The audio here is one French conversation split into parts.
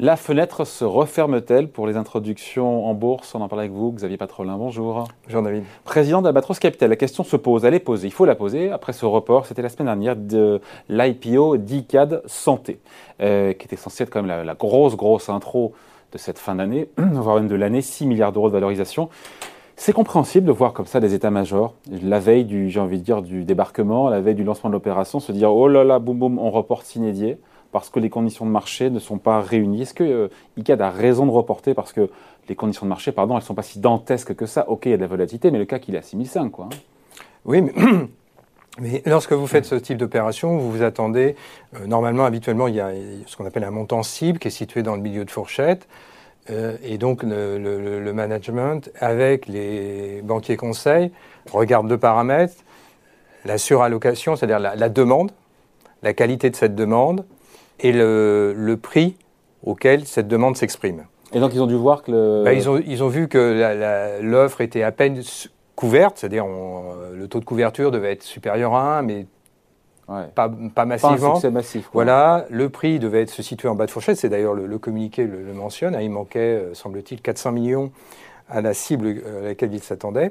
La fenêtre se referme-t-elle pour les introductions en bourse? On en parle avec vous, Xavier Patrolin, bonjour. Bonjour David. Président d'Albatros Capital, la question se pose, elle est posée, il faut la poser après ce report, c'était la semaine dernière de l'IPO d'Icad Santé, qui était censée être quand même la grosse intro de cette fin d'année, voire même de l'année, 6 milliards d'euros de valorisation. C'est compréhensible de voir comme ça des états-majors, la veille du, j'ai envie de dire, du débarquement, la veille du lancement de l'opération, se dire oh là là, boum boum, on reporte sine die, parce que les conditions de marché ne sont pas réunies. Est-ce que Icad a raison de reporter parce que les conditions de marché, elles ne sont pas si dantesques que ça? Ok, il y a de la volatilité, mais le CAC, il est à 6005, quoi. Oui, mais lorsque vous faites ce type d'opération, vous vous attendez, normalement, habituellement, il y a ce qu'on appelle un montant cible qui est situé dans le milieu de fourchette. Et donc, le management, avec les banquiers conseils, regarde deux paramètres. La surallocation, c'est-à-dire la demande, la qualité de cette demande, et le prix auquel cette demande s'exprime. Et donc, ils ont dû voir que ils ont vu que l'offre était à peine couverte, c'est-à-dire le taux de couverture devait être supérieur à 1, mais pas massivement. Pas un succès massif. Quoi. Voilà, le prix devait se situer en bas de fourchette, c'est d'ailleurs le communiqué le mentionne, il manquait, semble-t-il, 400 millions à la cible à laquelle il s'attendait.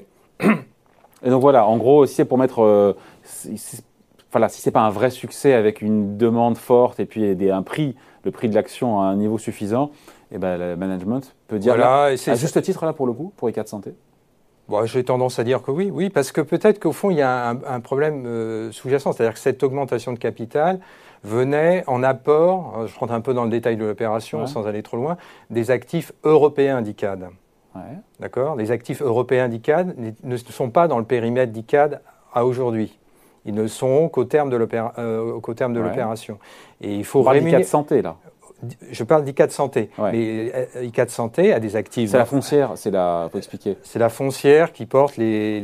Et donc voilà, en gros, si c'est pour mettre... si c'est pas un vrai succès avec une demande forte et puis un prix, le prix de l'action à un niveau suffisant, et ben le management peut dire, voilà, à juste titre là pour le coup, pour Icad Santé. Bon, j'ai tendance à dire que oui, parce que peut-être qu'au fond il y a un problème sous-jacent, c'est-à-dire que cette augmentation de capital venait en apport, je rentre un peu dans le détail de l'opération sans aller trop loin, des actifs européens d'Icad. Ouais. D'accord ? Les actifs européens d'Icad ne sont pas dans le périmètre d'Icad à aujourd'hui. Ils ne sont qu'au terme de l'opération. Et il faut rémunérer Icad Santé là. Je parle d'Icad Santé. Mais Icad Santé a des actifs. C'est la foncière, faut expliquer. C'est la foncière qui porte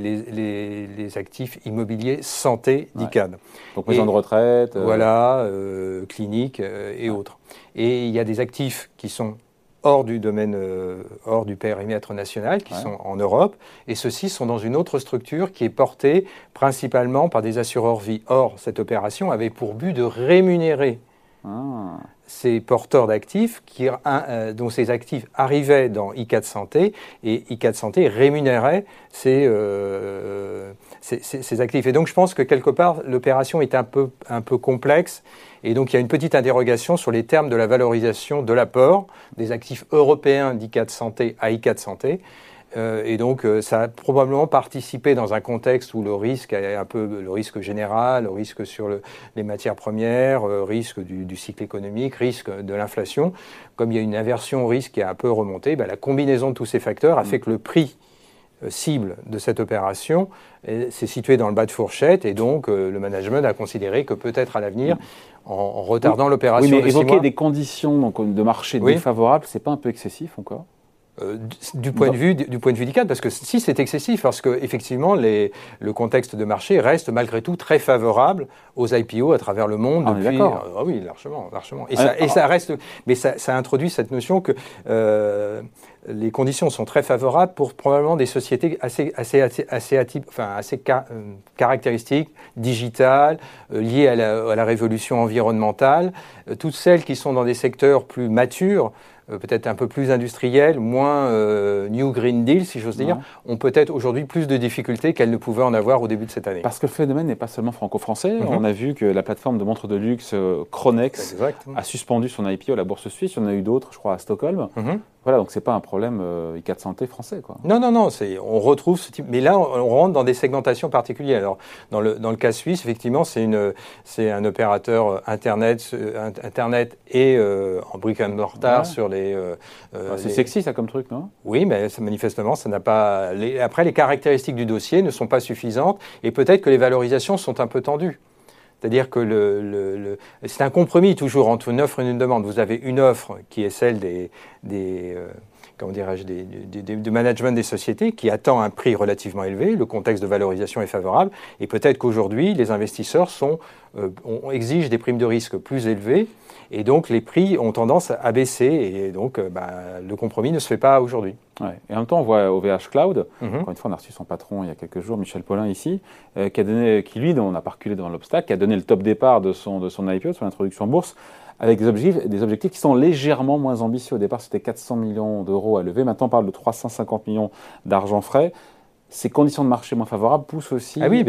les actifs immobiliers santé d'Icad. Donc maison de retraite. Voilà, cliniques et autres. Et il y a des actifs qui sont hors du domaine, hors du périmètre national, qui sont en Europe, et ceux-ci sont dans une autre structure qui est portée principalement par des assureurs vie. Or, cette opération avait pour but de rémunérer ces porteurs d'actifs dont ces actifs arrivaient dans Icad Santé, et Icad Santé rémunérait ces actifs. Et donc, je pense que quelque part, l'opération est un peu complexe. Et donc, il y a une petite interrogation sur les termes de la valorisation de l'apport des actifs européens d'Icad Santé à Icad Santé. Et donc, ça a probablement participé dans un contexte où le risque est un peu le risque général, le risque sur les matières premières, risque du cycle économique, risque de l'inflation. Comme il y a une aversion au risque qui a un peu remonté, la combinaison de tous ces facteurs a fait que le prix cible de cette opération s'est situé dans le bas de fourchette, et donc le management a considéré que peut-être à l'avenir, en retardant l'opération mais évoquer des conditions de marché défavorables, c'est pas un peu excessif encore? Du point de vue d'Icad, parce que si c'est excessif, parce que effectivement le contexte de marché reste malgré tout très favorable aux IPO à travers le monde depuis. Oui, largement. Et ça reste, mais ça introduit cette notion que les conditions sont très favorables pour probablement des sociétés assez caractéristiques, digitales, liées à la révolution environnementale, toutes celles qui sont dans des secteurs plus matures, peut-être un peu plus industriels, moins New Green Deal, si j'ose dire, ont peut-être aujourd'hui plus de difficultés qu'elles ne pouvaient en avoir au début de cette année. Parce que le phénomène n'est pas seulement franco-français. On a vu que la plateforme de montres de luxe Chronex a suspendu son IPO à la bourse suisse. Il y en a eu d'autres, je crois, à Stockholm. Voilà, donc c'est pas un problème Icad Santé français, quoi. Non, on retrouve ce type. Mais là, on rentre dans des segmentations particulières. Alors, dans le cas suisse, effectivement, c'est un opérateur Internet et en brick and mortar sur les. C'est sexy, ça, comme truc, non? Oui, mais manifestement, ça n'a pas. Après, les caractéristiques du dossier ne sont pas suffisantes, et peut-être que les valorisations sont un peu tendues. C'est-à-dire que c'est un compromis toujours entre une offre et une demande. Vous avez une offre qui est celle du management des sociétés qui attend un prix relativement élevé, le contexte de valorisation est favorable, et peut-être qu'aujourd'hui, les investisseurs exigent des primes de risque plus élevées, et donc les prix ont tendance à baisser, et donc le compromis ne se fait pas aujourd'hui. Ouais. Et en même temps, on voit OVH Cloud, encore une fois, on a reçu son patron il y a quelques jours, Michel Paulin ici, qui lui, on n'a pas reculé devant l'obstacle, qui a donné le top départ de son IPO, de son introduction en bourse, avec des objectifs qui sont légèrement moins ambitieux. Au départ, c'était 400 millions d'euros à lever. Maintenant, on parle de 350 millions d'argent frais. Ces conditions de marché moins favorables poussent aussi à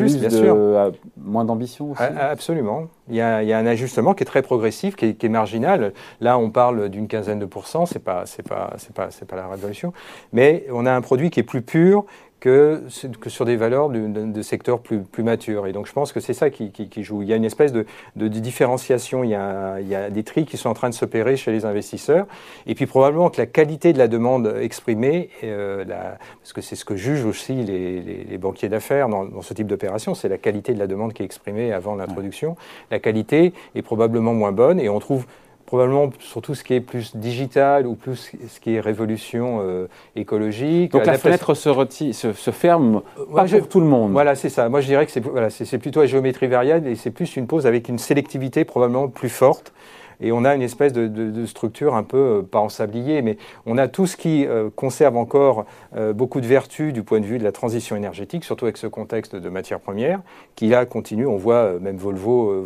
moins d'ambition aussi. Absolument. Il y a un ajustement qui est très progressif, qui est marginal. Là, on parle d'une quinzaine de pourcents. C'est pas la révolution. Mais on a un produit qui est plus pur que sur des valeurs de secteurs plus matures. Et donc, je pense que c'est ça qui joue. Il y a une espèce de différenciation. Il y a des tris qui sont en train de s'opérer chez les investisseurs. Et puis, probablement que la qualité de la demande exprimée, parce que c'est ce que jugent aussi les banquiers d'affaires dans ce type d'opération, c'est la qualité de la demande qui est exprimée avant l'introduction. Ouais. La qualité est probablement moins bonne et on trouve probablement sur tout ce qui est plus digital ou plus ce qui est révolution écologique. Donc la fenêtre se ferme pas pour tout le monde. Voilà, c'est ça. Moi, je dirais que c'est plutôt à géométrie variable et c'est plus une pause avec une sélectivité probablement plus forte. Et on a une espèce de structure un peu, pas en sablier, mais on a tout ce qui conserve encore beaucoup de vertus du point de vue de la transition énergétique, surtout avec ce contexte de matières premières, qui là continue. On voit même Volvo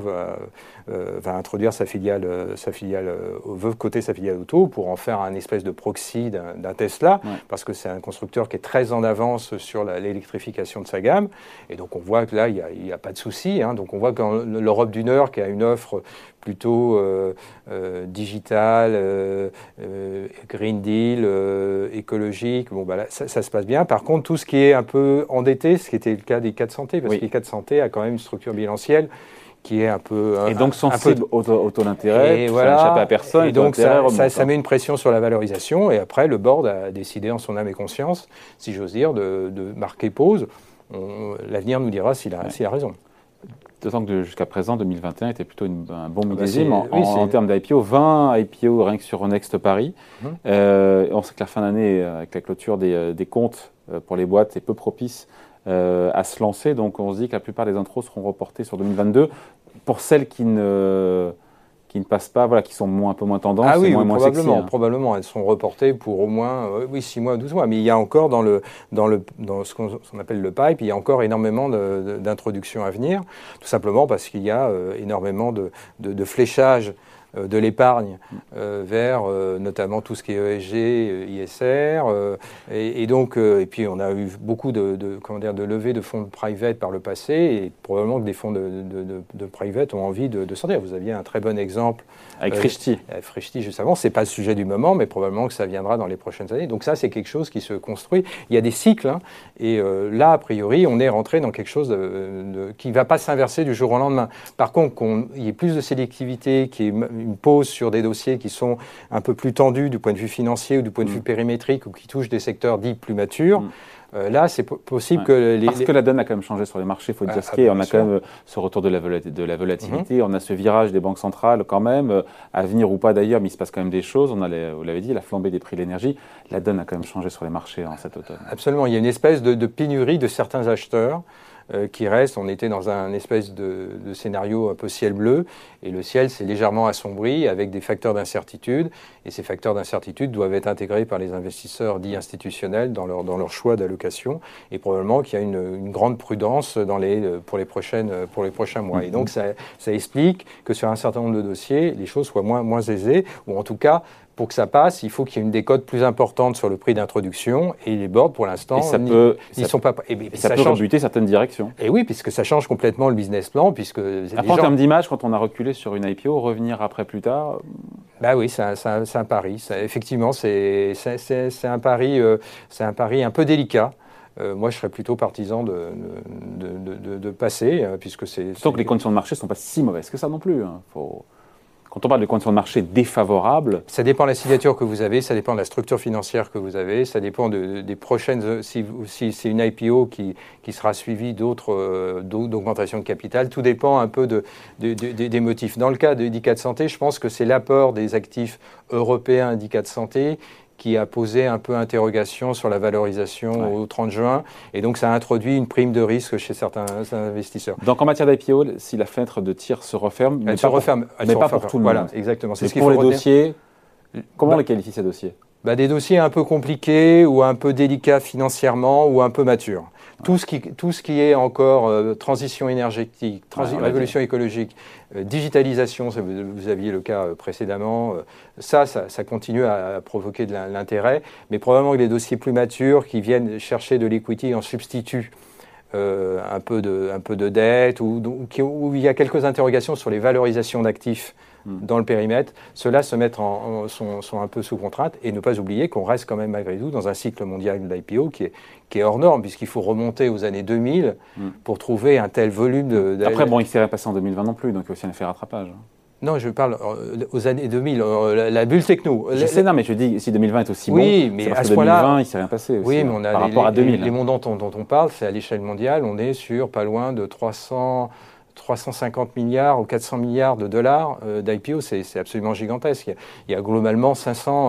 va introduire sa filiale veut coter sa filiale auto pour en faire un espèce de proxy d'un Tesla, ouais. Parce que c'est un constructeur qui est très en avance sur l'électrification de sa gamme. Et donc on voit que là, il n'y a pas de souci. Hein. Donc on voit que l'Europe du Nord, qui a une offre plutôt digital, Green Deal, écologique. Bon, bah là, ça se passe bien. Par contre, tout ce qui est un peu endetté, ce qui était le cas des 4 santé, parce que les 4 santé a quand même une structure bilancielle qui est un peu... Et donc sensible au taux d'intérêt, ça n'échappe à personne. Et donc ça met une pression sur la valorisation. Et après, le board a décidé en son âme et conscience, si j'ose dire, de marquer pause. L'avenir nous dira s'il a raison. D'autant que jusqu'à présent, 2021 était plutôt un bon millésime en termes d'IPO. 20 IPO rien que sur Next Paris. On sait que la fin d'année, avec la clôture des comptes pour les boîtes, est peu propice à se lancer. Donc on se dit que la plupart des intros seront reportés sur 2022. Pour celles qui ne passent pas, voilà, qui sont un peu moins tendance, moins sexy, hein. Probablement, elles sont reportées pour au moins 6 mois, 12 mois. Mais il y a encore dans ce qu'on appelle le pipe, il y a encore énormément d'introductions à venir, tout simplement parce qu'il y a énormément de fléchage de l'épargne vers notamment tout ce qui est ESG, ISR, et donc et puis on a eu beaucoup de levées de fonds private par le passé, et probablement que des fonds de private ont envie de sortir. Vous aviez un très bon exemple avec Frishti. Frishti juste avant, c'est pas le sujet du moment, mais probablement que ça viendra dans les prochaines années. Donc ça, c'est quelque chose qui se construit. Il y a des cycles, hein, et là, a priori, on est rentré dans quelque chose qui ne va pas s'inverser du jour au lendemain. Par contre, qu'il y ait plus de sélectivité, qu'il y ait une pause sur des dossiers qui sont un peu plus tendus du point de vue financier ou du point de vue périmétrique, ou qui touchent des secteurs dits plus matures. Là, c'est possible que Parce que la donne a quand même changé sur les marchés, il faut dire ce qu'est. On a quand même ce retour de la volatilité, on a ce virage des banques centrales quand même, à venir ou pas d'ailleurs, mais il se passe quand même des choses. On a, vous l'avez dit, la flambée des prix de l'énergie. La donne a quand même changé sur les marchés cet automne. Absolument, il y a une espèce de pénurie de certains acheteurs qui reste. On était dans un espèce de scénario un peu ciel bleu, et le ciel s'est légèrement assombri avec des facteurs d'incertitude, et ces facteurs d'incertitude doivent être intégrés par les investisseurs dits institutionnels dans leur choix d'allocation, et probablement qu'il y a une grande prudence pour les prochains mois. Et donc ça explique que sur un certain nombre de dossiers, les choses soient moins aisées, ou en tout cas, pour que ça passe, il faut qu'il y ait une décote plus importante sur le prix d'introduction, et les boards, pour l'instant, ils sont pas. Ça peut rebuter certaines directions. Et oui, puisque ça change complètement le business plan, puisque après, en termes d'image, quand on a reculé sur une IPO, revenir après plus tard. Bah oui, c'est un pari. Effectivement, c'est un pari un peu délicat. Moi, je serais plutôt partisan de passer, puisque c'est. Tant que les conditions de marché ne sont pas si mauvaises que ça non plus. Hein. Quand on parle de conditions de marché défavorables... Ça dépend de la signature que vous avez, ça dépend de la structure financière que vous avez, ça dépend des prochaines... Si c'est une IPO qui sera suivie d'augmentation de capital, tout dépend un peu des motifs. Dans le cas de d'ICAD Santé, je pense que c'est l'apport des actifs européens d'ICAD Santé qui a posé un peu interrogation sur la valorisation au 30 juin. Et donc, ça a introduit une prime de risque chez certains investisseurs. Donc, en matière d'IPO, si la fenêtre de tir se referme, elle se referme, mais pas pour tout le monde. Voilà, exactement. C'est ce qu'il faut les dossiers, comment on les qualifie, ces dossiers ? Des dossiers un peu compliqués ou un peu délicats financièrement ou un peu matures. Tout ce qui est encore transition énergétique, révolution écologique, digitalisation, vous aviez le cas précédemment, ça continue à provoquer de l'intérêt, mais probablement que les dossiers plus matures qui viennent chercher de l'equity en substitut un peu de dette, où il y a quelques interrogations sur les valorisations d'actifs dans le périmètre, ceux-là sont un peu sous contrainte, et ne pas oublier qu'on reste quand même malgré tout dans un cycle mondial de l'IPO qui est hors norme, puisqu'il faut remonter aux années 2000 pour trouver un tel volume de... Après, il ne s'est rien passé en 2020 non plus, donc il y a aussi un effet rattrapage. Non, je parle aux années 2000, la bulle techno. Je sais, non, mais je dis, si 2020 est aussi bon, mais parce à que ce point-là, 2020, il ne s'est rien passé aussi, oui, mais on a par rapport à 2000. Les montants dont on parle, c'est à l'échelle mondiale, on est sur pas loin de 350 milliards ou 400 milliards de dollars d'IPO, c'est absolument gigantesque. Il y a globalement 500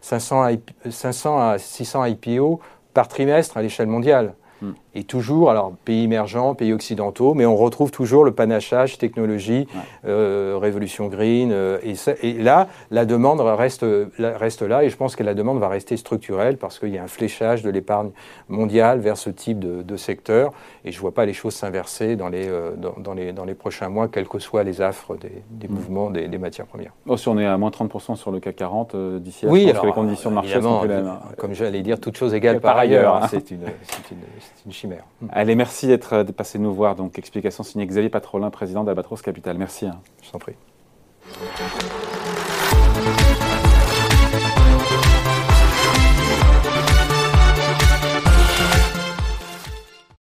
à 600 IPO par trimestre à l'échelle mondiale. Et toujours, alors pays émergents, pays occidentaux, mais on retrouve toujours le panachage, technologie, révolution green. Et là, la demande reste là, et je pense que la demande va rester structurelle parce qu'il y a un fléchage de l'épargne mondiale vers ce type de secteur. Et je ne vois pas les choses s'inverser dans les prochains mois, quels que soient les affres des mouvements des matières premières. Si on est à moins 30% sur le CAC 40 d'ici là, oui, je pense que les conditions de marché sont plus les mêmes. Comme j'allais dire, toutes choses égales par ailleurs. C'est une chimère. Allez, merci d'être passé nous voir. Donc, explication signée Xavier Patrolin, président d'Albatros Capital. Merci. Je t'en prie.